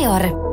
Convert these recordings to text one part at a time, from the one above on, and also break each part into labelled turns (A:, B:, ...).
A: Junior.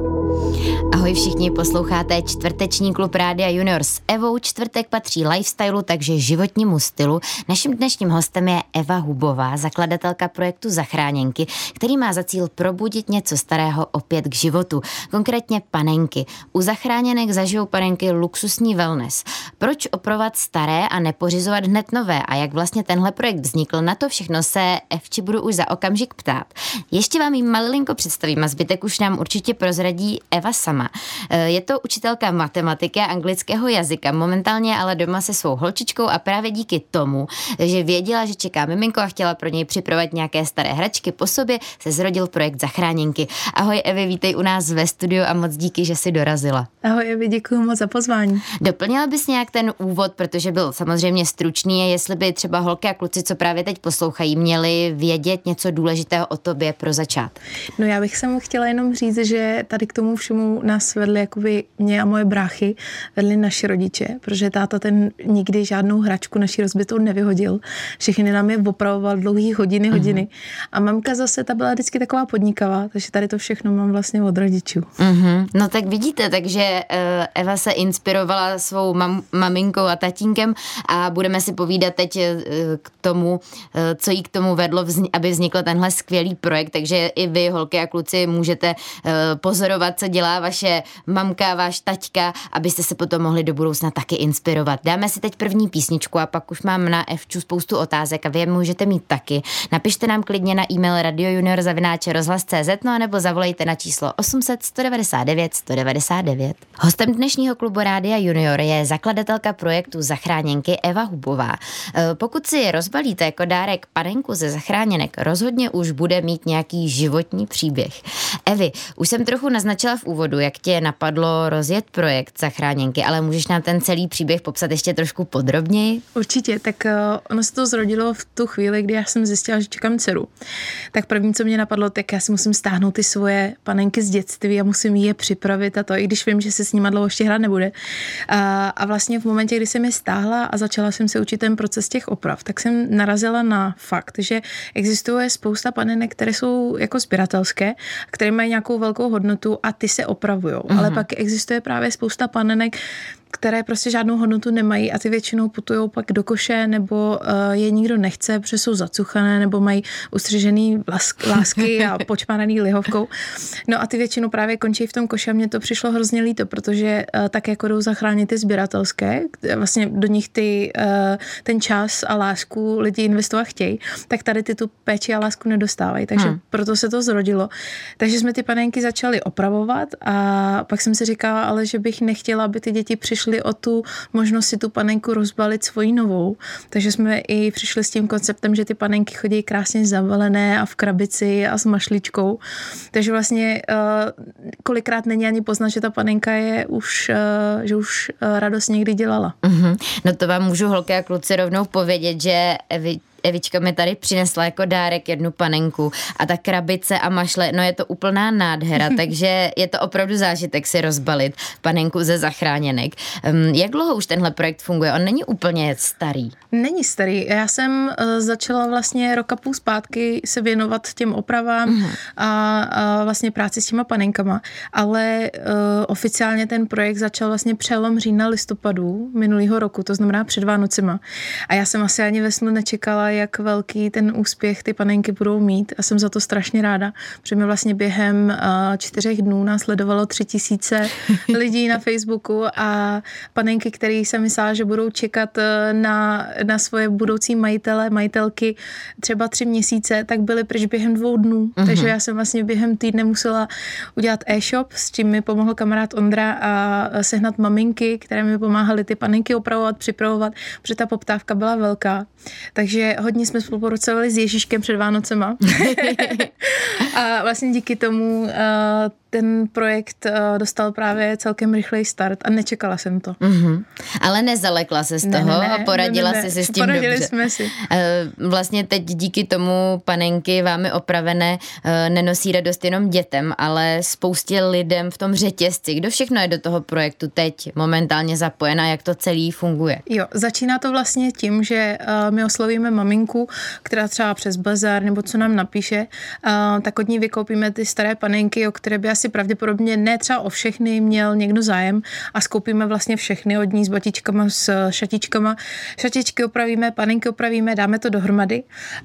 A: Ahoj všichni, posloucháte čtvrteční klub Rádia Junior s Evou. Čtvrtek patří lifestylu, takže životnímu stylu. Naším dnešním hostem je Eva Hubová, zakladatelka projektu Zachráněnky, který má za cíl probudit něco starého opět k životu. Konkrétně panenky. U Zachráněnek zažijou panenky luxusní wellness. Proč opravovat staré a nepořizovat hned nové? A jak vlastně tenhle projekt vznikl? Na to všechno se Evči budu už za okamžik ptát. Ještě vám ji malinko představím a zbytek už nám určitě prozradí Eva sama. Je to učitelka matematiky a anglického jazyka, momentálně ale doma se svou holčičkou a právě díky tomu, že věděla, že čeká miminko a chtěla pro něj připravovat nějaké staré hračky po sobě, se zrodil projekt Zachráněnky. Ahoj Evi, vítej u nás ve studiu a moc díky, že jsi dorazila.
B: Ahoj Evi, děkuji moc za pozvání.
A: Doplnila bys nějak ten úvod, protože byl samozřejmě stručný, a jestli by třeba holky a kluci, co právě teď poslouchají, měli vědět něco důležitého o tobě pro začátek.
B: No já bych se mu chtěla jenom říct, že tady k tomu všemu nás vedli jakoby mě a moje bráchy, vedli naši rodiče, protože táta ten nikdy žádnou hračku naši rozbitou nevyhodil. Všechny nám je opravoval dlouhý hodiny. A mamka zase, ta byla vždycky taková podnikavá, takže tady to všechno mám vlastně od rodičů.
A: No tak vidíte, takže Eva se inspirovala svou maminkou a tatínkem a budeme si povídat teď k tomu, co jí k tomu vedlo, aby vznikl tenhle skvělý projekt, takže i vy, holky a kluci, můžete pozorovat, co dělá vaše mamka, váš taťka, abyste se potom mohli do budoucna taky inspirovat. Dáme si teď první písničku a pak už mám na Evču spoustu otázek a vy je můžete mít taky. Napište nám klidně na e-mail radiojunior@rozhlas.cz, no a nebo zavolejte na číslo 800 199 199. Hostem dnešního klubu Rádia Junior je zakladatelka projektu Zachráněnky Eva Hubová. Pokud si rozbalíte jako dárek panenku ze Zachráněnek, rozhodně už bude mít nějaký životní příběh. Evi, už jsem trochu naznačila v úvodu, jak tě napadlo rozjet projekt Zachráněnky, ale můžeš nám ten celý příběh popsat ještě trošku podrobněji?
B: Určitě, tak ono se to zrodilo v tu chvíli, kdy já jsem zjistila, že čekám dceru. Tak první, co mě napadlo, tak já si musím stáhnout ty svoje panenky z dětství a musím je připravit a to, i když vím, že se s nima dlouho ještě hrát nebude. A vlastně v momentě, kdy jsem je stáhla a začala jsem se učit ten proces těch oprav, tak jsem narazila na fakt, že existuje spousta panenek, které jsou jako sběratelské, které mají nějakou velkou hodnotu a ty se opravujou. Ale pak existuje právě spousta panenek, které prostě žádnou hodnotu nemají a ty většinou putujou pak do koše nebo je nikdo nechce, protože jsou zacuchané nebo mají ustřižený lásky a počmáraný lihovkou. No a ty většinou právě končí v tom koši a mně to přišlo hrozně líto, protože tak jako jdou zachránit ty sběratelské, vlastně do nich ten čas a lásku lidi investovat chtějí, tak tady ty tu péči a lásku nedostávají, takže proto se to zrodilo. Takže jsme ty panenky začali opravovat a pak jsem si říkala, ale že bych nechtěla, aby ty děti přišly o tu možnost si tu panenku rozbalit svojí novou. Takže jsme i přišli s tím konceptem, že ty panenky chodí krásně zabalené a v krabici a s mašličkou. Takže vlastně kolikrát není ani poznat, že ta panenka je že už radost někdy dělala.
A: No to vám můžu, holky a kluci, rovnou povědět, že Evička mi tady přinesla jako dárek jednu panenku a ta krabice a mašle, no je to úplná nádhera, takže je to opravdu zážitek si rozbalit panenku ze Zachráněnek. Jak dlouho už tenhle projekt funguje? On není úplně starý.
B: Není starý. Já jsem začala vlastně rok a půl zpátky se věnovat těm opravám a vlastně práci s těma panenkama, ale oficiálně ten projekt začal vlastně přelom října listopadu minulého roku, to znamená před Vánocema. A já jsem asi ani ve snu nečekala, jak velký ten úspěch ty panenky budou mít a jsem za to strašně ráda, protože mi vlastně během 4 dnů následovalo 3000 lidí na Facebooku a panenky, které jsem myslela, že budou čekat na svoje budoucí majitelky třeba 3 měsíce, tak byly pryč během 2 dnů. Takže já jsem vlastně během týdne musela udělat e-shop, s čím mi pomohl kamarád Ondra a sehnat maminky, které mi pomáhaly ty panenky opravovat, připravovat, protože ta poptávka byla velká. Takže hodně jsme spolupracovali s Ježíškem před Vánocema. A vlastně díky tomu ten projekt dostal právě celkem rychlej start a nečekala jsem to.
A: Ale nezalekla se z toho a poradila si s tím
B: poradili
A: dobře.
B: Jsme si.
A: Vlastně teď díky tomu panenky vámi opravené nenosí radost jenom dětem, ale spoustě lidem v tom řetězci. Kdo všechno je do toho projektu teď momentálně zapojená, jak to celý funguje?
B: Jo, začíná to vlastně tím, že my oslovíme maminku, která třeba přes bazar nebo co nám napíše, tak od ní vykoupíme ty staré panenky, o které by asi pravděpodobně ne třeba o všechny měl někdo zájem a skoupíme vlastně všechny od ní s batičkama, s šatičkama. Šatičky opravíme, panenky opravíme, dáme to dohromady.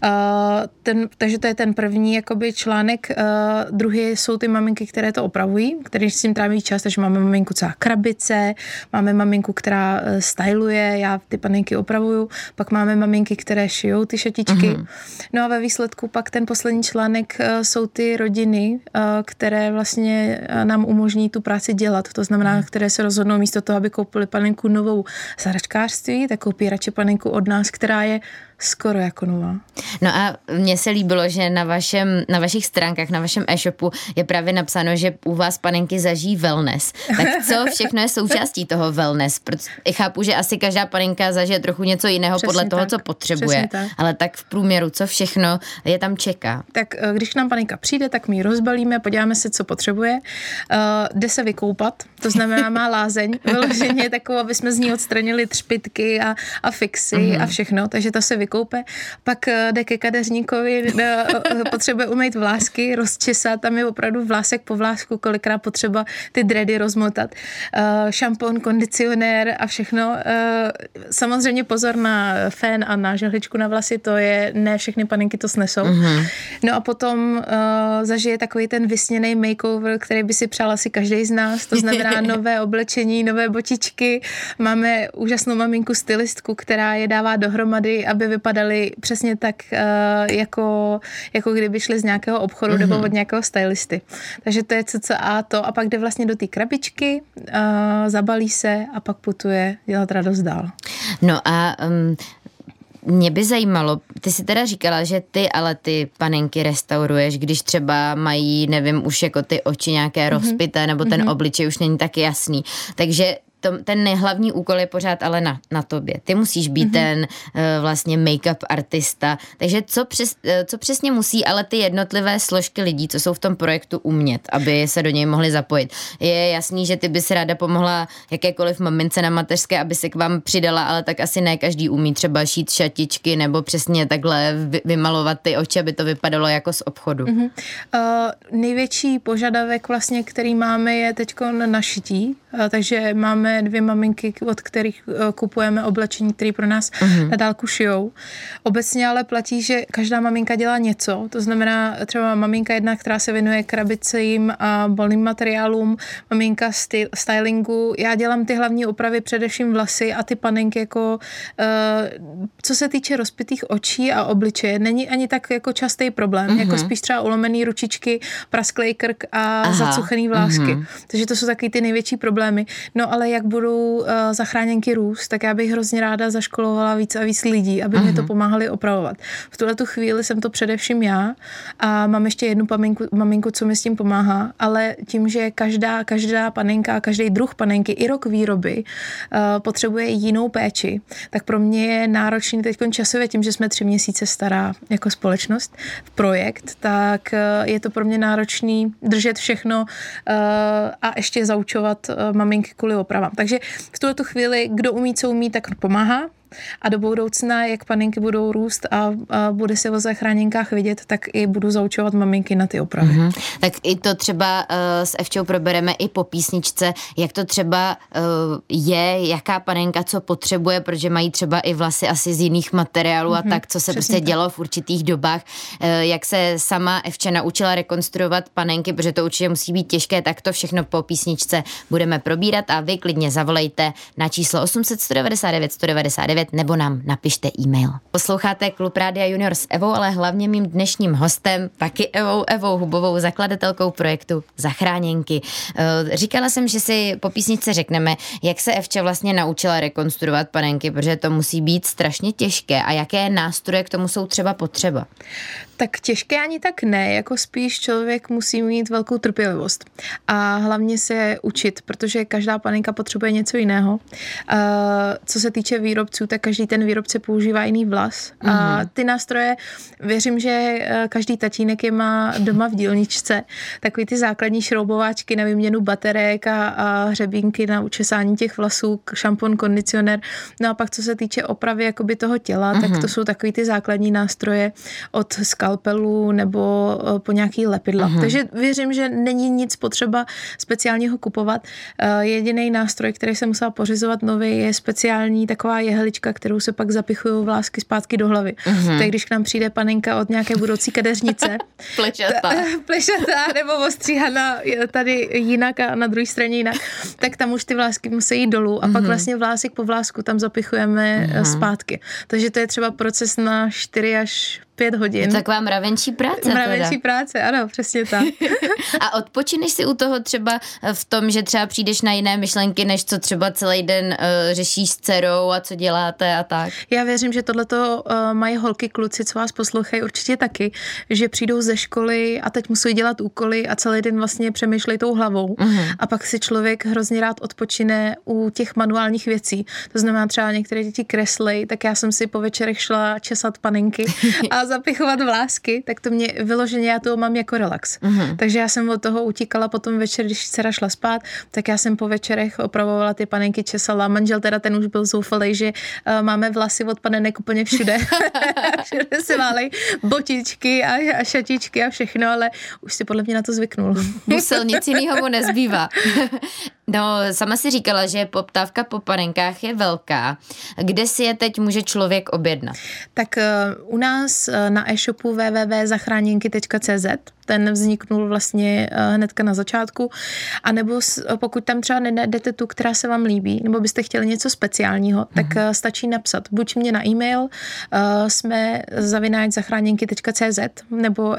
B: Takže to je ten první jakoby článek. Druhý jsou ty maminky, které to opravují, které s tím tráví čas, takže máme maminku celá krabice, máme maminku, která styluje, já ty panenky opravuju, pak máme maminky, které šijou ty šatičky. No a ve výsledku pak ten poslední článek jsou ty rodiny, které vlastně nám umožní tu práci dělat. To znamená, které se rozhodnou místo toho, aby koupili panenku novou z hračkářství, tak koupí radši panenku od nás, která je skoro jako nová.
A: No a mně se líbilo, že na vašich stránkách, na vašem e-shopu je právě napsáno, že u vás panenky zažijí wellness. Tak co všechno je součástí toho wellness? Chápu, že asi každá panenka zažije trochu něco jiného přesně podle toho, tak, co potřebuje. Ale tak v průměru, co všechno je tam čeká?
B: Tak když k nám panenka přijde, tak my ji rozbalíme, podíváme se, co potřebuje. Jde se vykoupat, to znamená má lázeň. Vyloženě takovou, aby jsme z ní odstranili třpytky a fixy a všechno. Takže to se vykoupe, pak jde ke kadeřníkovi, potřebuje umýt vlásky, rozčesat, tam je opravdu vlásek po vlásku, kolikrát potřeba ty dready rozmotat. Šampon, kondicionér a všechno. Samozřejmě pozor na fén a na žehličku na vlasy, to je, ne všechny panenky to snesou. No a potom zažije takový ten vysněný makeover, který by si přál asi každý z nás, to znamená nové oblečení, nové botičky. Máme úžasnou maminku stylistku, která je dává dohromady, aby vypadaly přesně tak, jako kdyby šli z nějakého obchodu nebo od nějakého stylisty. Takže to je cca to a pak jde vlastně do té krabičky, zabalí se a pak putuje dělat radost dál.
A: No a mě by zajímalo, ty si teda říkala, že ty ale ty panenky restauruješ, když třeba mají, nevím, už jako ty oči nějaké rozpité, nebo ten obličej už není tak jasný. Takže ten hlavní úkol je pořád ale na tobě. Ty musíš být ten vlastně make-up artista. Takže co přesně musí ale ty jednotlivé složky lidí, co jsou v tom projektu umět, aby se do něj mohli zapojit? Je jasný, že ty bys ráda pomohla jakékoliv mamince na mateřské, aby se k vám přidala, ale tak asi ne každý umí třeba šít šatičky nebo přesně takhle vymalovat ty oči, aby to vypadalo jako z obchodu.
B: Největší požadavek vlastně, který máme, je teďko na šití, takže máme 2 maminky, od kterých kupujeme oblečení, které pro nás na dálku šijou. Obecně ale platí, že každá maminka dělá něco, to znamená třeba maminka jedna, která se věnuje krabicím a balným materiálům, maminka stylingu, já dělám ty hlavní opravy, především vlasy a ty panenky jako co se týče rozpitých očí a obličeje, není ani tak jako častý problém, jako spíš třeba ulomený ručičky, prasklej krk a zacuchený vlásky. Takže to jsou taky ty největší problémy. No ale jak budou zachráněnky růst, tak já bych hrozně ráda zaškolovala víc a víc lidí, aby mi to pomáhali opravovat. V tuhletu chvíli jsem to především já a mám ještě jednu maminku, co mi s tím pomáhá, ale tím, že každá panenka, každý druh panenky i rok výroby potřebuje jinou péči, tak pro mě je náročný teď časově tím, že jsme 3 měsíce stará jako společnost, projekt, tak je to pro mě náročný držet všechno a ještě zaučovat maminky kvůli opravám. Takže v tuhletu chvíli, kdo umí, co umí, tak pomáhá. A do budoucna, jak panenky budou růst a bude se o zachráněnkách vidět, tak i budu zaučovat maminky na ty opravy.
A: Tak i to třeba s Evčou probereme i po písničce, jak to třeba je, jaká panenka co potřebuje, protože mají třeba i vlasy asi z jiných materiálů a tak, co se prostě dělo v určitých dobách, jak se sama Evča naučila rekonstruovat panenky, protože to určitě musí být těžké, tak to všechno po písničce budeme probírat a vy klidně zavolejte na číslo 800 199 199 nebo nám napište e-mail. Posloucháte Klub Rádia Junior s Evou, ale hlavně mým dnešním hostem, taky Evou Hubovou, zakladatelkou projektu Zachráněnky. Říkala jsem, že si po písničce řekneme, jak se Evča vlastně naučila rekonstruovat panenky, protože to musí být strašně těžké a jaké nástroje k tomu jsou třeba potřeba.
B: Tak těžké ani tak ne, jako spíš člověk musí mít velkou trpělivost a hlavně se učit, protože každá panenka potřebuje něco jiného. Co se týče výrobců, vlasů, tak každý ten výrobce používá jiný vlas. A ty nástroje, věřím, že každý tatínek je má doma v dílničce. Takový ty základní šroubováčky na výměnu baterek a hřebínky na učesání těch vlasů, šampon, kondicionér. No a pak, co se týče opravy jakoby toho těla, tak to jsou takový ty základní nástroje od skalpelu nebo po nějaký lepidla. Takže věřím, že není nic potřeba speciálního kupovat. Jediný nástroj, který jsem musela pořizovat nový, je speciální taková jehlička, kterou se pak zapichují vlásky zpátky do hlavy. Tak když k nám přijde panenka od nějaké budoucí kadeřnice, plešatá nebo ostříhaná tady jinak a na druhé straně jinak, tak tam už ty vlásky musí jít dolů a pak vlastně vlásek po vlásku tam zapichujeme zpátky. Takže to je třeba proces na 4 až 5 hodin.
A: Je to taková mravenčí práce.
B: Mravenčí práce, ano, přesně tak.
A: A odpočineš si u toho třeba v tom, že třeba přijdeš na jiné myšlenky, než co třeba celý den řešíš s dcerou a co děláte a tak?
B: Já věřím, že tohleto mají holky, kluci, co vás poslouchají, určitě taky, že přijdou ze školy a teď musí dělat úkoly a celý den vlastně přemýšlejí tou hlavou. A pak si člověk hrozně rád odpočine u těch manuálních věcí. To znamená třeba některé děti kreslej, tak já jsem si po večerech šla česat panenky a zapichovat vlásky, tak to mě vyloženě, já to mám jako relax. Takže já jsem od toho utíkala potom večer, když dcera šla spát, tak já jsem po večerech opravovala ty panenky, česala. Manžel teda ten už byl zoufalej, že máme vlasy od panenek úplně všude. Všude se válej botičky a šatičky a všechno, ale už si podle mě na to zvyknul.
A: Musel, nic jiného mu nezbývá. No, sama si říkala, že poptávka po panenkách je velká. Kde si je teď může člověk objednat?
B: Tak u nás na e-shopu www.zachráněnky.cz, ten vzniknul vlastně hnedka na začátku, a nebo pokud tam třeba nenajdete tu, která se vám líbí, nebo byste chtěli něco speciálního, tak stačí napsat buď mě na e-mail, jsme @zachráněnky.cz, nebo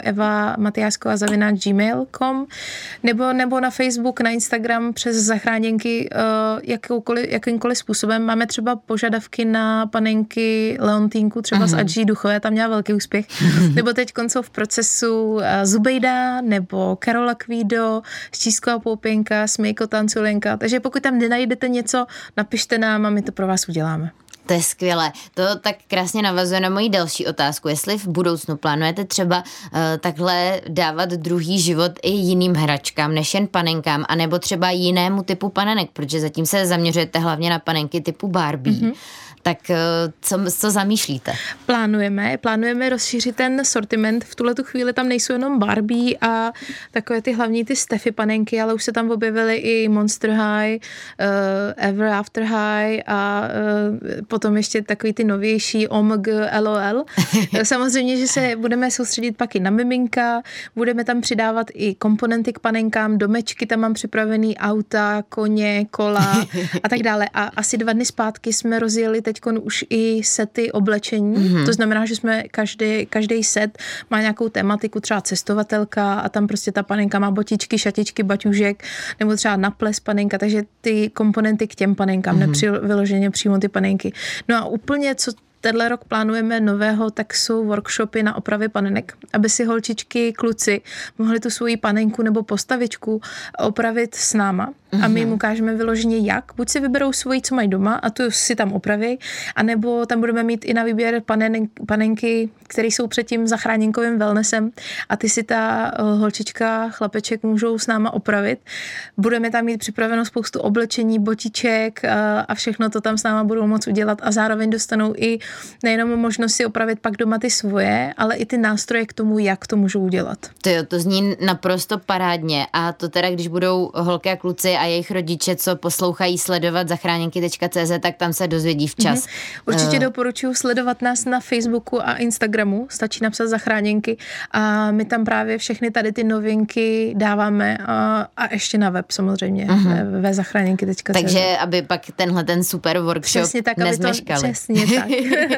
B: eva.matyásková@gmail.com, nebo na Facebook, na Instagram přes Zachráněnky jakýmkoliv způsobem. Máme třeba požadavky na panenky Leontýnku, třeba z Adží Duchové, tam měla velký úspěch. Nebo teď koncou v procesu Zubejda, nebo Karola Kvído, Štísková Poupěnka, Smejko Tanculenka. Takže pokud tam nenajdete něco, napište nám a my to pro vás uděláme.
A: To je skvělé. To tak krásně navazuje na moji další otázku. Jestli v budoucnu plánujete třeba takhle dávat druhý život i jiným hračkám, než jen panenkám, anebo třeba jinému typu panenek, protože zatím se zaměřujete hlavně na panenky typu Barbie. Tak co zamýšlíte? Plánujeme
B: rozšířit ten sortiment. V tuhletu chvíli tam nejsou jenom Barbie a takové ty hlavní ty Steffi panenky, ale už se tam objevily i Monster High, Ever After High a potom ještě takový ty novější OMG, LOL. Samozřejmě, že se budeme soustředit pak i na miminka, budeme tam přidávat i komponenty k panenkám, domečky, tam mám připravený auta, koně, kola a tak dále. A asi 2 dny zpátky jsme rozjeli teďkon už i sety oblečení. To znamená, že jsme každý set má nějakou tematiku, třeba cestovatelka a tam prostě ta panenka má botičky, šatičky, baťužek, nebo třeba na ples panenka, takže ty komponenty k těm panenkám, vyloženě přímo ty panenky. No a úplně, co tenhle rok plánujeme nového, tak jsou workshopy na opravy panenek, aby si holčičky, kluci mohli tu svoji panenku nebo postavičku opravit s náma. A my jim ukážeme vyloženě jak. Buď si vyberou svoji, co mají doma a tu si tam opraví, anebo tam budeme mít i na výběr panenky, které jsou před tím zachráněnkovým wellnessem a ty si ta holčička, chlapeček můžou s náma opravit. Budeme tam mít připraveno spoustu oblečení, botiček a všechno to tam s náma budou moct udělat a zároveň dostanou i nejenom možnost si opravit pak doma ty svoje, ale i ty nástroje k tomu, jak to můžou udělat.
A: To zní naprosto parádně a to teda, když budou holky a kluci a jejich rodiče, co poslouchají, sledovat zachráněnky.cz, tak tam se dozvědí včas.
B: Určitě doporučuji sledovat nás na Facebooku a Instagramu, stačí napsat Zachráněnky a my tam právě všechny tady ty novinky dáváme a ještě na web samozřejmě, ve zachráněnky.cz.
A: Takže aby pak ten super workshop nezmeškali.
B: Přesně tak.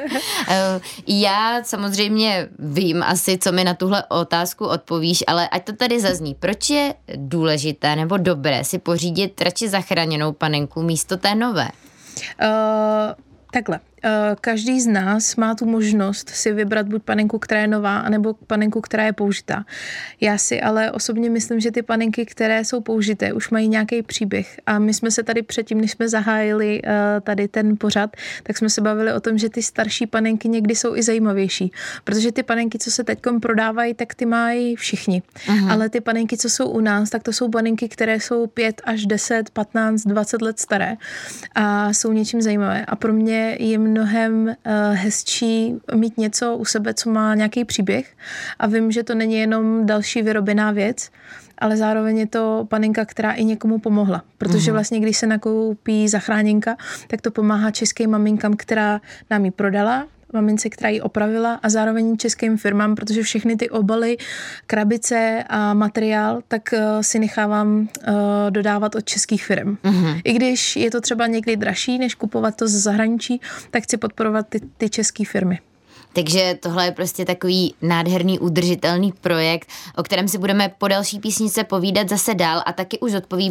A: Já samozřejmě vím asi, co mi na tuhle otázku odpovíš, ale ať to tady zazní. Proč je důležité nebo dobré si pořídit radši zachráněnou panenku místo té nové?
B: Takhle. každý z nás má tu možnost si vybrat buď panenku, která je nová, anebo panenku, která je použitá. Já si ale osobně myslím, že ty panenky, které jsou použité, už mají nějaký příběh. A my jsme se tady předtím, než jsme zahájili tady ten pořad, tak jsme se bavili o tom, že ty starší panenky někdy jsou i zajímavější. Protože ty panenky, co se teďkom prodávají, tak ty mají všichni. Ale ty panenky, co jsou u nás, tak to jsou panenky, které jsou 5 až 10, 15, 20 let staré a jsou něčím zajímavé. A pro mě je mnohem hezčí mít něco u sebe, co má nějaký příběh a vím, že to není jenom další vyrobená věc, ale zároveň je to panenka, která i někomu pomohla. Protože vlastně, když se nakoupí zachráněnka, tak to pomáhá českým maminkám, která nám ji prodala, mamince, která ji opravila a zároveň českým firmám, protože všechny ty obaly, krabice a materiál, tak si nechávám dodávat od českých firm. I když je to třeba někdy dražší, než kupovat to ze zahraničí, tak chci podporovat ty české firmy.
A: Takže tohle je prostě takový nádherný, udržitelný projekt, o kterém si budeme po další písničce povídat zase dál a taky už odpovím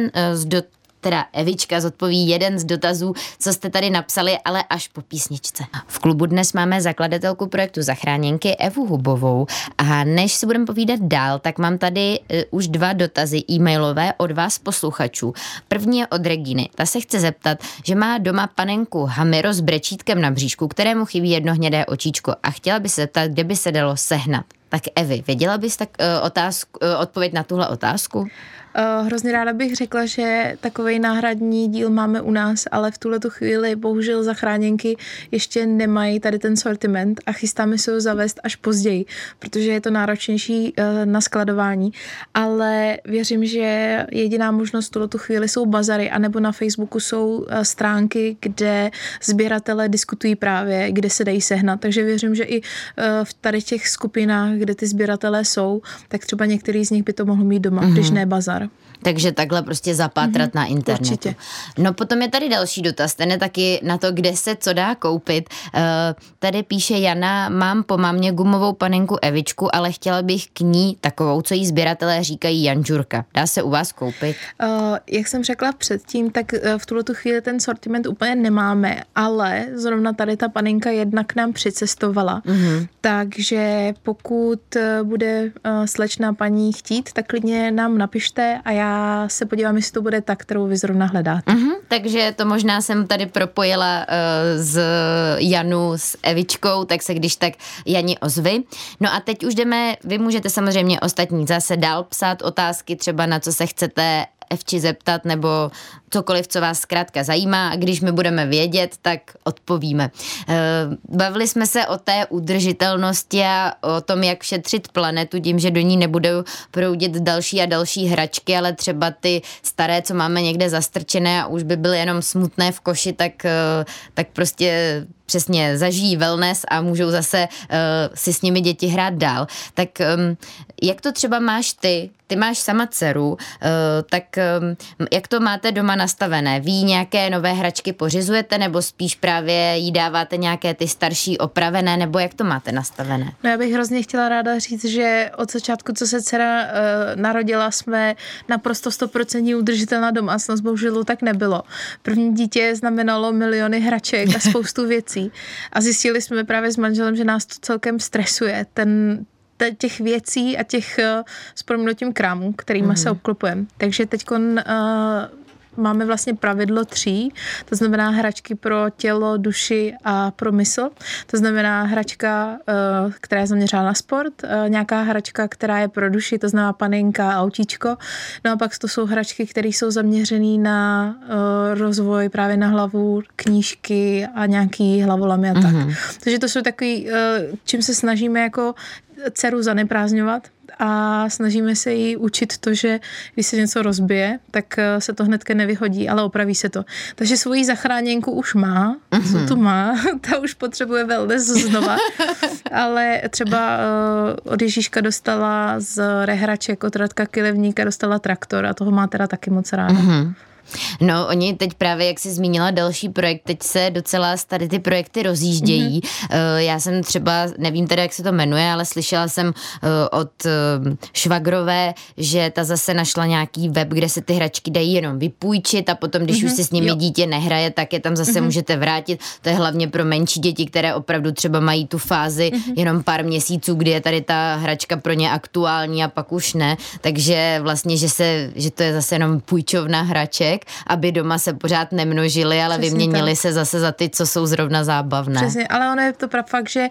A: Evička zodpoví jeden z dotazů, co jste tady napsali, ale až po písničce. V klubu dnes máme zakladatelku projektu Zachráněnky Evu Hubovou a než si budeme povídat dál, tak mám tady už 2 dotazy e-mailové od vás posluchačů. První je od Regíny. Ta se chce zeptat, že má doma panenku Hamiro s brečítkem na bříšku, kterému chybí jedno hnědé očíčko a chtěla by se zeptat, kde by se dalo sehnat. Tak Evi, věděla bys odpověď na tuhle otázku?
B: Hrozně ráda bych řekla, že takovej náhradní díl máme u nás, ale v tuhletu chvíli bohužel Zachráněnky ještě nemají tady ten sortiment a chystáme se ho zavést až později, protože je to náročnější na skladování, ale věřím, že jediná možnost v tuhletu chvíli jsou bazary, anebo na Facebooku jsou stránky, kde sběratelé diskutují právě, kde se dají sehnat, takže věřím, že i v tady těch skupinách, kde ty sběratelé jsou, tak třeba některý z nich by to mohl mít doma, když ne bazar.
A: Takže takhle prostě zapátrat na internetu.
B: Určitě.
A: No potom je tady další dotaz, ten je taky na to, kde se co dá koupit. Tady píše Jana, mám po mámě gumovou panenku Evičku, ale chtěla bych k ní takovou, co jí sběratelé říkají Janžurka. Dá se u vás koupit?
B: Jak jsem řekla předtím, tak v tuhletu chvíli ten sortiment úplně nemáme, ale zrovna tady ta panenka jedna k nám přicestovala. Takže pokud bude slečná paní chtít, tak klidně nám napište a já se podívám, jestli to bude ta, kterou vy zrovna hledáte.
A: Takže to možná jsem tady propojila z Janu s Evičkou, tak se když tak Jani ozvi. No a teď už jdeme, vy můžete samozřejmě ostatní zase dál psát otázky, třeba na co se chcete Evči zeptat, nebo cokoliv, co vás zkrátka zajímá a když my budeme vědět, tak odpovíme. Bavili jsme se o té udržitelnosti a o tom, jak šetřit planetu tím, že do ní nebudou proudit další a další hračky, ale třeba ty staré, co máme někde zastrčené a už by byly jenom smutné v koši, tak prostě přesně zažijí wellness a můžou zase si s nimi děti hrát dál. Tak jak to třeba máš ty? Ty máš sama dceru, tak jak to máte doma nastavené? Vy nějaké nové hračky pořizujete nebo spíš právě jí dáváte nějaké ty starší opravené, nebo jak to máte nastavené?
B: No já bych hrozně chtěla ráda říct, že od začátku, co se dcera narodila, jsme naprosto 100% udržitelná domácnost, bohužel tak nebylo. První dítě znamenalo miliony hraček a spoustu věcí a zjistili jsme právě s manželem, že nás to celkem stresuje, těch věcí a těch s prominutím krámů, kterýma se obklopujeme. Takže teďkon máme vlastně pravidlo 3, to znamená hračky pro tělo, duši a pro mysl. To znamená hračka, která je zaměřená na sport, nějaká hračka, která je pro duši, to znamená panenka, autíčko. No a pak to jsou hračky, které jsou zaměřené na rozvoj právě na hlavu, knížky a nějaký hlavolamy a tak. Takže to jsou takový, čím se snažíme jako dceru zaneprázdňovat a snažíme se jí učit to, že když se něco rozbije, tak se to hnedka nevyhodí, ale opraví se to. Takže svoji zachráněnku už má, co tu má, ta už potřebuje wellness znova, ale třeba od Ježíška dostala z rehraček, od Radka Kilevníka dostala traktor a toho má teda taky moc ráda.
A: No, oni teď právě, jak jsi zmínila další projekt, teď se docela tady ty projekty rozjíždějí. Já jsem třeba, nevím teda, jak se to jmenuje, ale slyšela jsem od švagrové, že ta zase našla nějaký web, kde se ty hračky dají jenom vypůjčit a potom, když už si s nimi dítě nehraje, tak je tam zase můžete vrátit. To je hlavně pro menší děti, které opravdu třeba mají tu fázi jenom pár měsíců, kdy je tady ta hračka pro ně aktuální a pak už ne. Takže vlastně, že to je zase jenom půjčovna hraček, aby doma se pořád nemnožili, ale přesně vyměnili tak se zase za ty, co jsou zrovna zábavné.
B: Přesně, ale ono je to fakt, že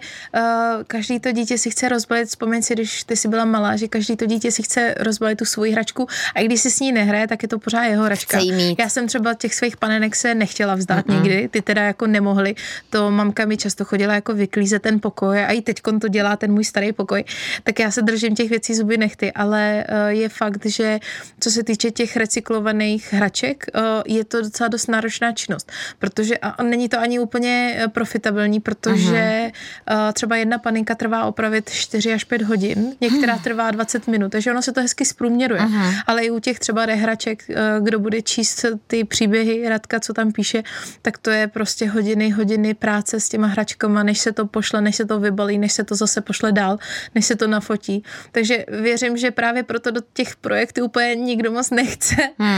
B: každý to dítě si chce rozbalit, vzpomeň si, když ty jsi byla malá, že každý to dítě si chce rozbalit tu svoji hračku a i když si s ní nehraje, tak je to pořád jeho hračka. Já jsem třeba těch svých panenek se nechtěla vzdát nikdy, ty teda jako nemohly. To mamka mi často chodila jako vyklízet ten pokoj a i teďkon to dělá ten můj starý pokoj. Tak já se držím těch věcí zuby nechty, ale je fakt, že co se týče těch recyklovaných hraček, je to docela dost náročná činnost, protože a není to ani úplně profitabilní, protože třeba jedna panenka trvá opravit 4 až 5 hodin, některá trvá 20 minut, takže ono se to hezky zprůměruje. Ale i u těch třeba hraček, kdo bude číst ty příběhy Radka, co tam píše, tak to je prostě hodiny práce s těma hračkama, než se to pošle, než se to vybalí, než se to zase pošle dál, než se to nafotí. Takže věřím, že právě proto do těch projektů úplně nikdo moc nechce,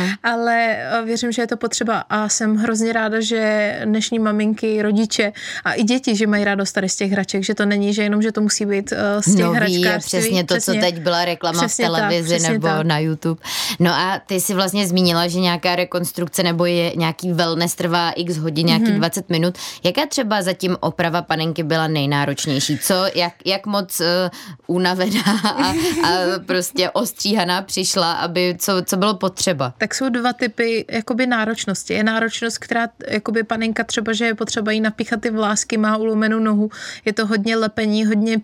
B: ale věřím, že je to potřeba a jsem hrozně ráda, že dnešní maminky, rodiče a i děti, že mají radost tady z těch hraček, že to není, že jenom, že to musí být z těch hračkářství.
A: Přesně to, co teď byla reklama v televizi nebo na YouTube. No a ty si vlastně zmínila, že nějaká rekonstrukce nebo je nějaký wellness trvá x hodin, nějaký 20 minut. Jaká třeba zatím oprava panenky byla nejnáročnější? Jak moc unavená a prostě ostříhaná přišla, aby co bylo potřeba?
B: Tak jsou 2 typy jakoby náročnosti. Je náročnost, která jakoby panenka třeba, že je potřeba jí napíchat ty vlásky, má ulomenou nohu, je to hodně lepení, hodně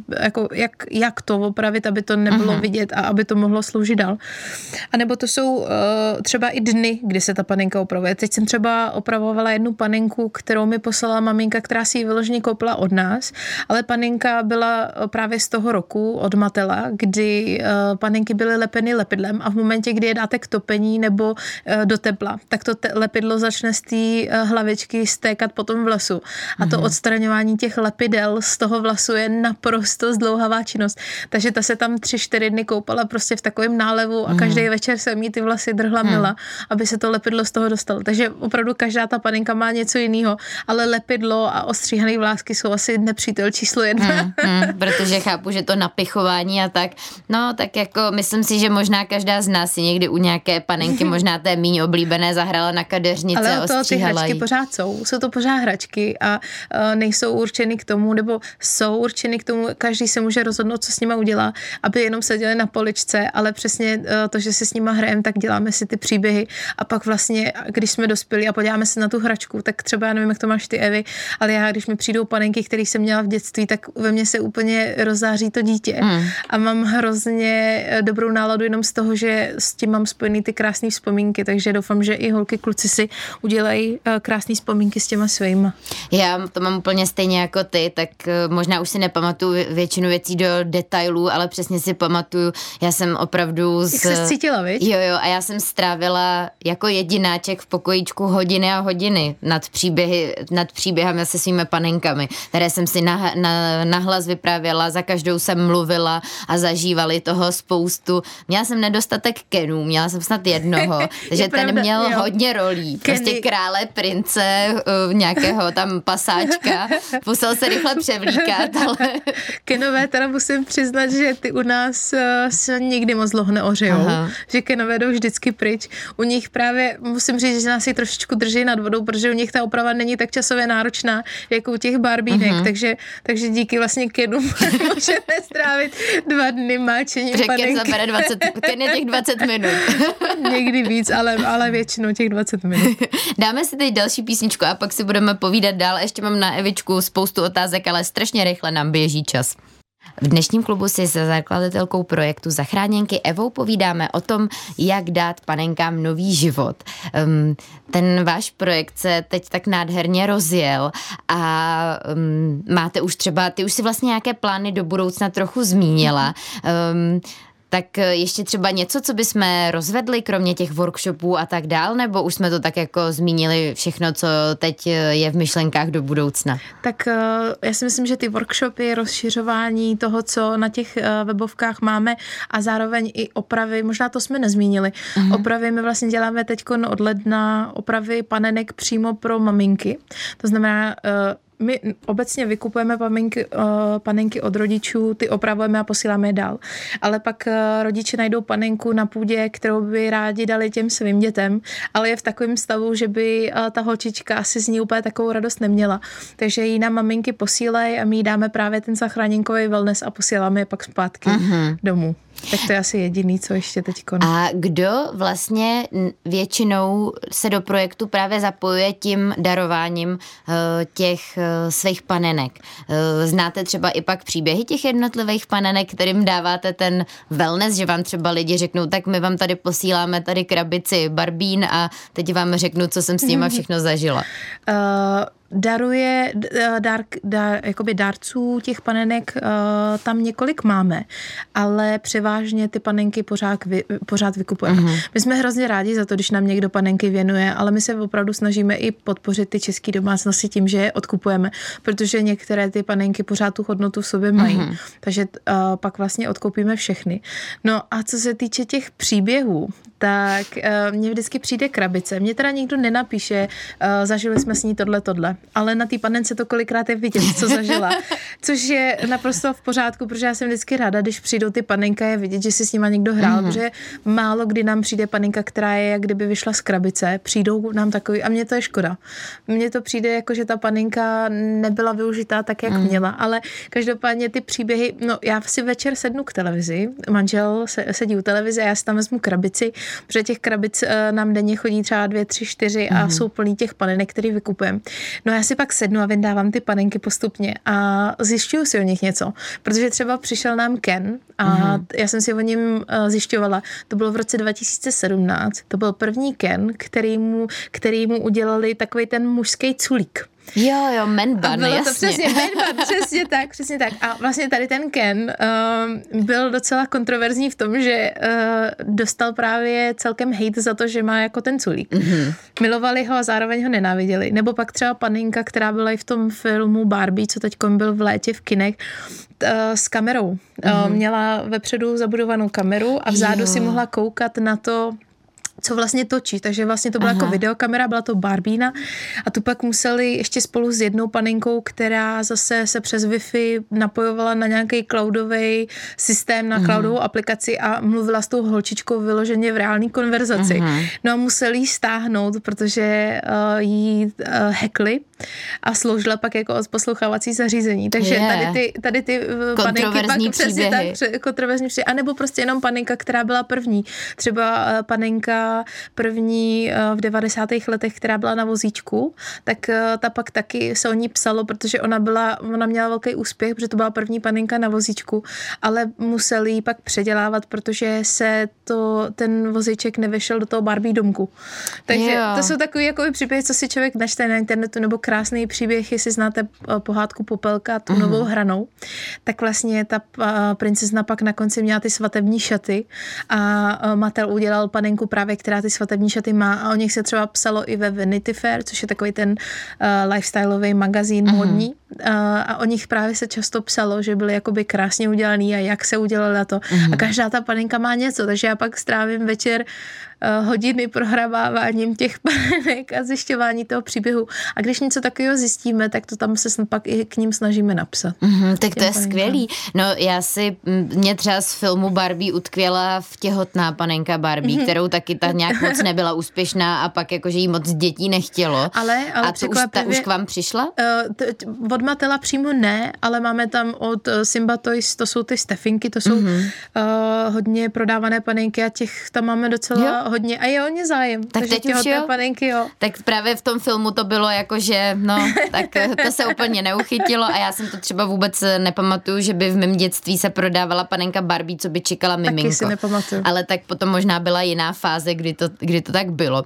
B: jak to opravit, aby to nebylo vidět a aby to mohlo sloužit dál. A nebo to jsou třeba i dny, kdy se ta panenka opravuje. Teď jsem třeba opravovala jednu panenku, kterou mi poslala maminka, která si ji vyloženě koupila od nás, ale panenka byla právě z toho roku od Matela, kdy panenky byly lepeny lepidlem a v momentě, kdy je dáte k topení nebo do tepla, tak to lepidlo začne z té hlavičky stékat potom v lesu. A to odstraňování těch lepidel z toho vlasu je naprosto zdlouhavá činnost. Takže ta se tam 3-4 dny koupala prostě v takovém nálevu a každý večer jsem jí ty vlasy drhla mila, aby se to lepidlo z toho dostalo. Takže opravdu každá ta panenka má něco jiného, ale lepidlo a ostříhané vlásky jsou asi nepřítel číslo 1.
A: Protože chápu, že to napichování a tak, no tak jako myslím si, že možná každá z nás si někdy u nějaké panenky, možná té míň oblíbené, zahrala na kadeřnice,
B: ale
A: ostříhala
B: ty hračky pořád jsou to pořád hračky a nejsou určeny k tomu, nebo jsou určeny k tomu, každý se může rozhodnout, co s nima udělá, aby jenom seděli na poličce, ale přesně to, že si s nima hrajeme, tak děláme si ty příběhy a pak vlastně, když jsme dospěli a podíváme se na tu hračku, tak třeba já nevím, jak to máš ty, Evi, ale já, když mi přijdou panenky, které jsem měla v dětství, tak ve mně se úplně rozzáří to dítě a mám hrozně dobrou náladu jenom z toho, že s tím mám spojený ty krásné vzpomínky, takže doufám, že i holky, kluci si udělají krásné vzpomínky s těma svýma.
A: Já to mám úplně stejně jako ty, tak možná už si nepamatuju většinu věcí do detailů, ale přesně si pamatuju, já jsem opravdu
B: Jak se cítila, viď?
A: Jo, a já jsem strávila jako jedináček v pokojíčku hodiny a hodiny nad příběhami se svými panenkami, které jsem si nahlas vyprávěla, za každou jsem mluvila a zažívali toho spoustu. Měla jsem nedostatek Kenů, měla jsem snad jednoho, takže ten měl hodně rolí. Prostě krále, prince, nějakého tam pasáčka, musel se rychle převlíkat, ale...
B: Kenové teda musím přiznat, že ty u nás se nikdy moc dlouho neořejou, že Kenové jdou vždycky pryč. U nich právě musím říct, že nás ji trošičku drží nad vodou, protože u nich ta oprava není tak časově náročná, jako u těch barbínek, takže díky vlastně Kenům můžeme strávit 2 dny máčením panenky.
A: Ken zabere 20, Ken je těch 20 minut.
B: Někdy víc, ale většinou těch 20 minut.
A: Dáme si teď další písničku a pak si budeme povídat dál. Ještě mám na Evičku spoustu otázek, ale strašně rychle nám běží čas. V dnešním klubu si se zakladatelkou projektu Zachráněnky Evou povídáme o tom, jak dát panenkám nový život. Ten váš projekt se teď tak nádherně rozjel a máte už třeba, ty už si vlastně nějaké plány do budoucna trochu zmínila. Tak ještě třeba něco, co bychom rozvedli, kromě těch workshopů a tak dál, nebo už jsme to tak jako zmínili všechno, co teď je v myšlenkách do budoucna?
B: Tak já si myslím, že ty workshopy, rozšiřování toho, co na těch webovkách máme a zároveň i opravy, možná to jsme nezmínili, opravy my vlastně děláme teď od ledna opravy panenek přímo pro maminky. To znamená, my obecně vykupujeme panenky od rodičů, ty opravujeme a posíláme je dál. Ale pak rodiče najdou panenku na půdě, kterou by rádi dali těm svým dětem, ale je v takovém stavu, že by ta holčička asi z ní úplně takovou radost neměla. Takže ji nám maminky posílají a my jí dáme právě ten zachráněnkový wellness a posíláme je pak zpátky domů. Tak to je asi jediný, co ještě teď konec.
A: A kdo vlastně většinou se do projektu právě zapojuje tím darováním těch svých panenek? Znáte třeba i pak příběhy těch jednotlivých panenek, kterým dáváte ten wellness, že vám třeba lidi řeknou, tak my vám tady posíláme tady krabici barbín a teď vám řeknu, co jsem s nima všechno zažila.
B: Daruje jakoby dárců těch panenek tam několik máme, ale převážně ty panenky pořád vykupujeme. My jsme hrozně rádi za to, když nám někdo panenky věnuje, ale my se opravdu snažíme i podpořit ty české domácnosti tím, že je odkupujeme, protože některé ty panenky pořád tu hodnotu v sobě mají. Takže pak vlastně odkoupíme všechny. No a co se týče těch příběhů, tak mně vždycky přijde krabice. Mně teda nikdo nenapíše, zažili jsme s ní tohle, ale na té panence to kolikrát je vidět, co zažila. Což je naprosto v pořádku, protože já jsem vždycky ráda, když přijdou ty panenka, je vidět, že si s nima někdo hrál, protože málo kdy nám přijde panenka, která je, jak kdyby vyšla z krabice. Přijdou nám takový, a mně to je škoda. Mně to přijde jako, že ta panenka nebyla využitá tak, jak měla, ale každopádně ty příběhy, no já si večer sednu k televizi, manžel sedí u televize a já si tam vezmu krabici, protože těch krabic nám denně chodí třeba 2, 3, 4 a jsou plný těch panenek, který vykupujeme. No já si pak sednu a vyndávám ty panenky postupně a zjišťuju si o nich něco, protože třeba přišel nám Ken a já jsem si o něm zjišťovala. To bylo v roce 2017. To byl první Ken, který mu udělali takovej ten mužský culík.
A: Jo, man bun,
B: bylo
A: jasně.
B: To přesně, man bun, přesně tak. A vlastně tady ten Ken byl docela kontroverzní v tom, že dostal právě celkem hejt za to, že má jako ten culík. Milovali ho a zároveň ho nenáviděli. Nebo pak třeba paninka, která byla i v tom filmu Barbie, co teď byl v létě v kinech, s kamerou. Měla vepředu zabudovanou kameru a vzadu si mohla koukat na to, co vlastně točí, takže vlastně to byla jako videokamera, byla to Barbína a tu pak museli ještě spolu s jednou paninkou, která zase se přes Wi-Fi napojovala na nějaký cloudový systém, na cloudovou aplikaci a mluvila s tou holčičkou vyloženě v reální konverzaci. No a museli ji stáhnout, protože jí hackli a sloužila pak jako poslouchávací zařízení. Takže tady ty panenky pak přesně tak, kontroverzní příběhy. A nebo prostě jenom panenka, která byla první. Třeba panenka první v 90. letech, která byla na vozíčku, tak ta pak taky se o ní psalo, protože ona měla velký úspěch, protože to byla první panenka na vozíčku, ale museli ji pak předělávat, protože se ten vozíček nevešel do toho Barbie domku. Takže to jsou takový jako příběhy, co si člověk načte na internetu, nebo krásný příběh, jestli znáte pohádku Popelka, tu novou hranou, tak vlastně ta princezna pak na konci měla ty svatební šaty a Mattel udělal panenku právě, která ty svatební šaty má a o nich se třeba psalo i ve Vanity Fair, což je takový ten lifestyleový magazín modní a o nich právě se často psalo, že byly jakoby krásně udělaný a jak se udělala to. A každá ta panenka má něco, takže já pak strávím večer hodiny prohráváním těch panenek a zjišťování toho příběhu. A když něco takového zjistíme, tak to tam se pak i k ním snažíme napsat.
A: Tak to je skvělý. No mě třeba z filmu Barbie utkvěla vtěhotná panenka Barbie, kterou taky ta nějak moc nebyla úspěšná a pak jakože jí moc dětí nechtělo.
B: Ale
A: a to už k vám přišla?
B: Od Mattela přímo ne, ale máme tam od Simba Toys, to jsou ty Stefinky, to jsou hodně prodávané panenky a těch tam máme docela hodně a je hodně zájem.
A: Tak teď už jo?
B: Panenky, jo.
A: Tak právě v tom filmu to bylo jako, že tak to se úplně neuchytilo a já jsem to třeba vůbec nepamatuju, že by v mém dětství se prodávala panenka Barbie, co by čekala miminko.
B: Taky si nepamatuju.
A: Ale tak potom možná byla jiná fáze, kdy to tak bylo.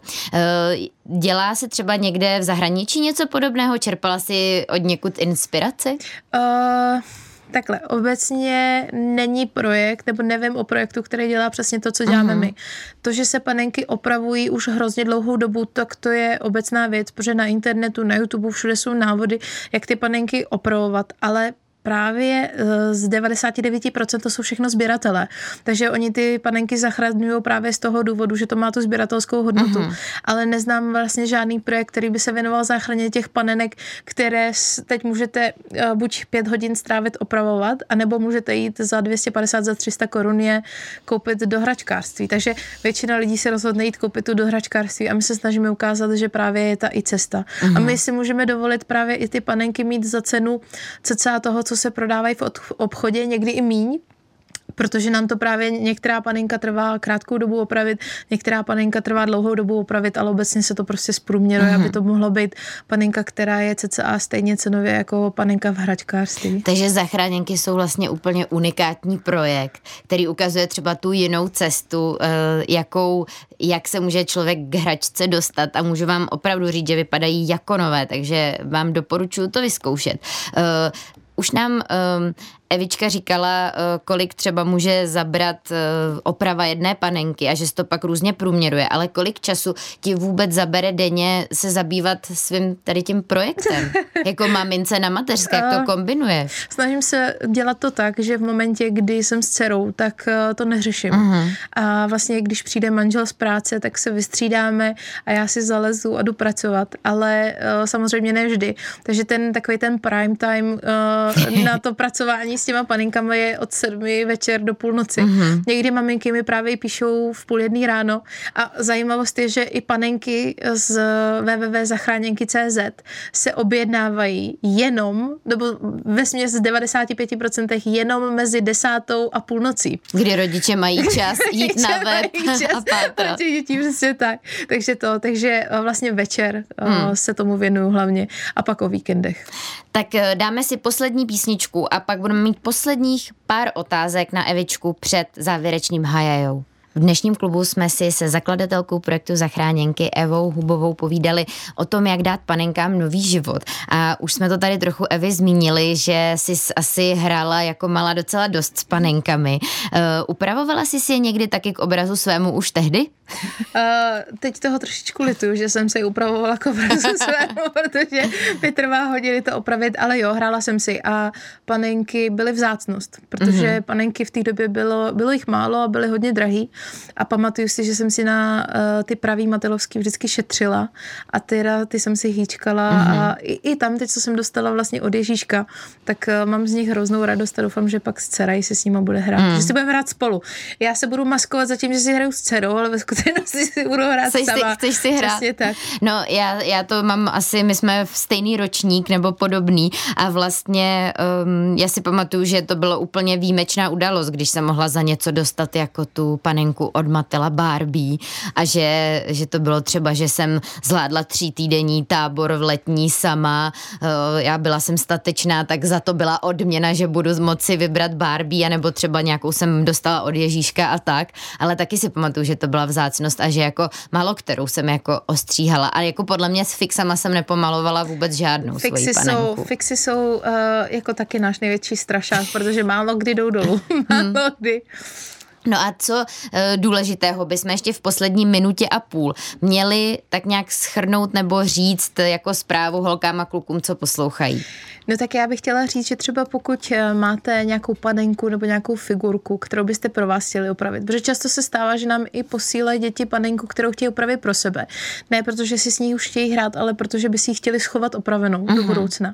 A: Dělá se třeba někde v zahraničí něco podobného? Čerpala si od někud inspiraci?
B: Takhle, obecně není projekt, nebo nevím o projektu, který dělá přesně to, co děláme my. To, že se panenky opravují už hrozně dlouhou dobu, tak to je obecná věc, protože na internetu, na YouTube všude jsou návody, jak ty panenky opravovat, ale právě z 99% to jsou všechno sběratelé. Takže oni ty panenky zachraňují právě z toho důvodu, že to má tu sběratelskou hodnotu. Ale neznám vlastně žádný projekt, který by se věnoval záchraně těch panenek, které teď můžete buď 5 hodin strávit opravovat, anebo můžete jít za 250, za 300 korun je koupit do hračkářství. Takže většina lidí se rozhodne jít koupit tu do hračkářství a my se snažíme ukázat, že právě je ta i cesta. A my si můžeme dovolit právě i ty panenky mít za cenu cca toho, co se prodávají v obchodě, někdy i míň, protože nám to právě některá panenka trvá krátkou dobu opravit, některá panenka trvá dlouhou dobu opravit, ale obecně se to prostě zprůměruje, aby to mohlo být panenka, která je cca stejně cenově jako panenka v hračkářství.
A: Takže zachráněnky jsou vlastně úplně unikátní projekt, který ukazuje třeba tu jinou cestu, jak se může člověk k hračce dostat a můžu vám opravdu říct, že vypadají jako nové, takže vám doporučuji to vyzkoušet. Už nám Evička říkala, kolik třeba může zabrat oprava jedné panenky a že se to pak různě průměruje, ale kolik času ti vůbec zabere denně se zabývat svým tady tím projektem? Jako mamince na mateřské, jak to kombinuješ?
B: Snažím se dělat to tak, že v momentě, kdy jsem s dcerou, tak to neřeším. A vlastně, když přijde manžel z práce, tak se vystřídáme a já si zalezu a jdu pracovat, ale samozřejmě ne vždy. Takže takový ten prime time na to pracování s těma paninkama je od 7 večer do půlnoci. Někdy maminky mi právě píšou v 12:30 ráno a zajímavost je, že i panenky z www.zachráněnky.cz se objednávají jenom, nebo vesměs z 95% jenom mezi 10. a půlnocí.
A: Kdy rodiče mají čas jít na web a pátrat.
B: Dětí přesně tak. Takže vlastně večer se tomu věnuju hlavně a pak o víkendech.
A: Tak dáme si poslední písničku a pak budeme mít posledních pár otázek na Evičku před závěrečným hajajou. V dnešním klubu jsme si se zakladatelkou projektu Zachráněnky Evou Hubovou povídali o tom, jak dát panenkám nový život. A už jsme to tady trochu, Evi, zmínili, že jsi asi hrála jako malá docela dost s panenkami. Upravovala jsi je někdy taky k obrazu svému už tehdy?
B: Teď toho trošičku lituju, že jsem se upravovala k obrazu svému, protože mi trvá hodiny to opravit, ale jo, hrála jsem si a panenky byly vzácnost, protože panenky v té době bylo jich málo a byly hodně drahý a pamatuju si, že jsem si na ty pravý matelovský vždycky šetřila a ty jsem si hýčkala a i tam teď, co jsem dostala vlastně od Ježíška, tak mám z nich hroznou radost a doufám, že pak s dcerou se s nima bude hrát. Že si budeme hrát spolu. Já se budu maskovat za tím, že si hraju s dcerou, ale ve skutečnosti si budu hrát sama.
A: Chceš si hrát?
B: Přesně tak.
A: No, já to mám asi, my jsme v stejný ročník nebo podobný a vlastně já si pamatuju, že to bylo úplně výjimečná událost, když jsem mohla za něco dostat jako tu panenku od Matela Barbie a že to bylo třeba, že jsem zvládla 3týdenní tábor v letní sama, já byla jsem statečná, tak za to byla odměna, že budu moci vybrat Barbie, anebo třeba nějakou jsem dostala od Ježíška a tak, ale taky si pamatuju, že to byla vzácnost a že jako málo kterou jsem jako ostříhala a jako podle mě s fixama jsem nepomalovala vůbec žádnou svoji panenku.
B: Fixy jsou jako taky náš největší strašák, protože málo kdy jdou dolů. Málo kdy.
A: No a co důležitého bychom ještě v poslední minutě a půl měli tak nějak shrnout nebo říct jako zprávu holkám a klukům, co poslouchají?
B: No tak já bych chtěla říct, že třeba pokud máte nějakou panenku nebo nějakou figurku, kterou byste pro vás chtěli opravit, protože často se stává, že nám i posílají děti panenku, kterou chtějí opravit pro sebe. Ne protože si s ní už chtějí hrát, ale protože by si ji chtěli schovat opravenou do budoucna.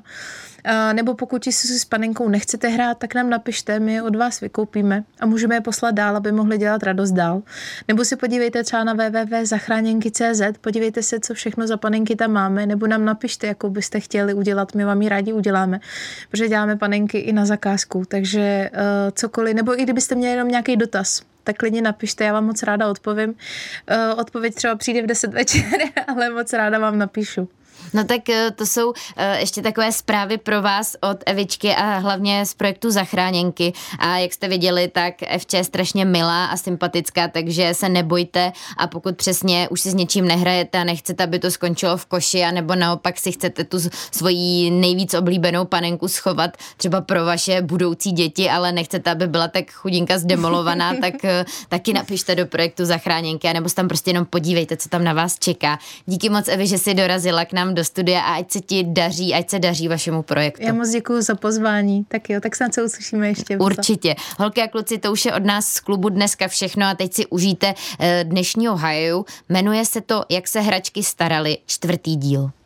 B: Nebo pokud si s panenkou nechcete hrát, tak nám napište, my je od vás vykoupíme a můžeme je poslat dál, aby mohli dělat radost dál. Nebo si podívejte třeba na www.zachráněnky.cz, podívejte se, co všechno za panenky tam máme, nebo nám napište, jakou byste chtěli udělat, my vám ji rádi uděláme, protože děláme panenky i na zakázku, takže cokoliv, nebo i kdybyste měli jenom nějaký dotaz, tak klidně napište, já vám moc ráda odpovím. Odpověď třeba přijde v 10 večer, ale moc ráda vám napíšu.
A: No tak to jsou ještě takové zprávy pro vás od Evičky a hlavně z projektu Zachráněnky. A jak jste viděli, tak Evča je strašně milá a sympatická, takže se nebojte a pokud přesně už si s něčím nehrajete a nechcete, aby to skončilo v koši, anebo naopak si chcete tu svoji nejvíc oblíbenou panenku schovat třeba pro vaše budoucí děti, ale nechcete, aby byla tak chudinka zdemolovaná, tak taky napište do projektu Zachráněnky, anebo se tam prostě jenom podívejte, co tam na vás čeká. Díky moc, Evi, že jsi dorazila k nám do studia a ať se ti daří, ať se daří vašemu projektu.
B: Já moc děkuju za pozvání. Tak jo, tak snad se uslyšíme ještě.
A: Určitě. Holky a kluci, to už je od nás z klubu dneska všechno a teď si užijte dnešního hajju. Jmenuje se to Jak se hračky staraly, 4. díl.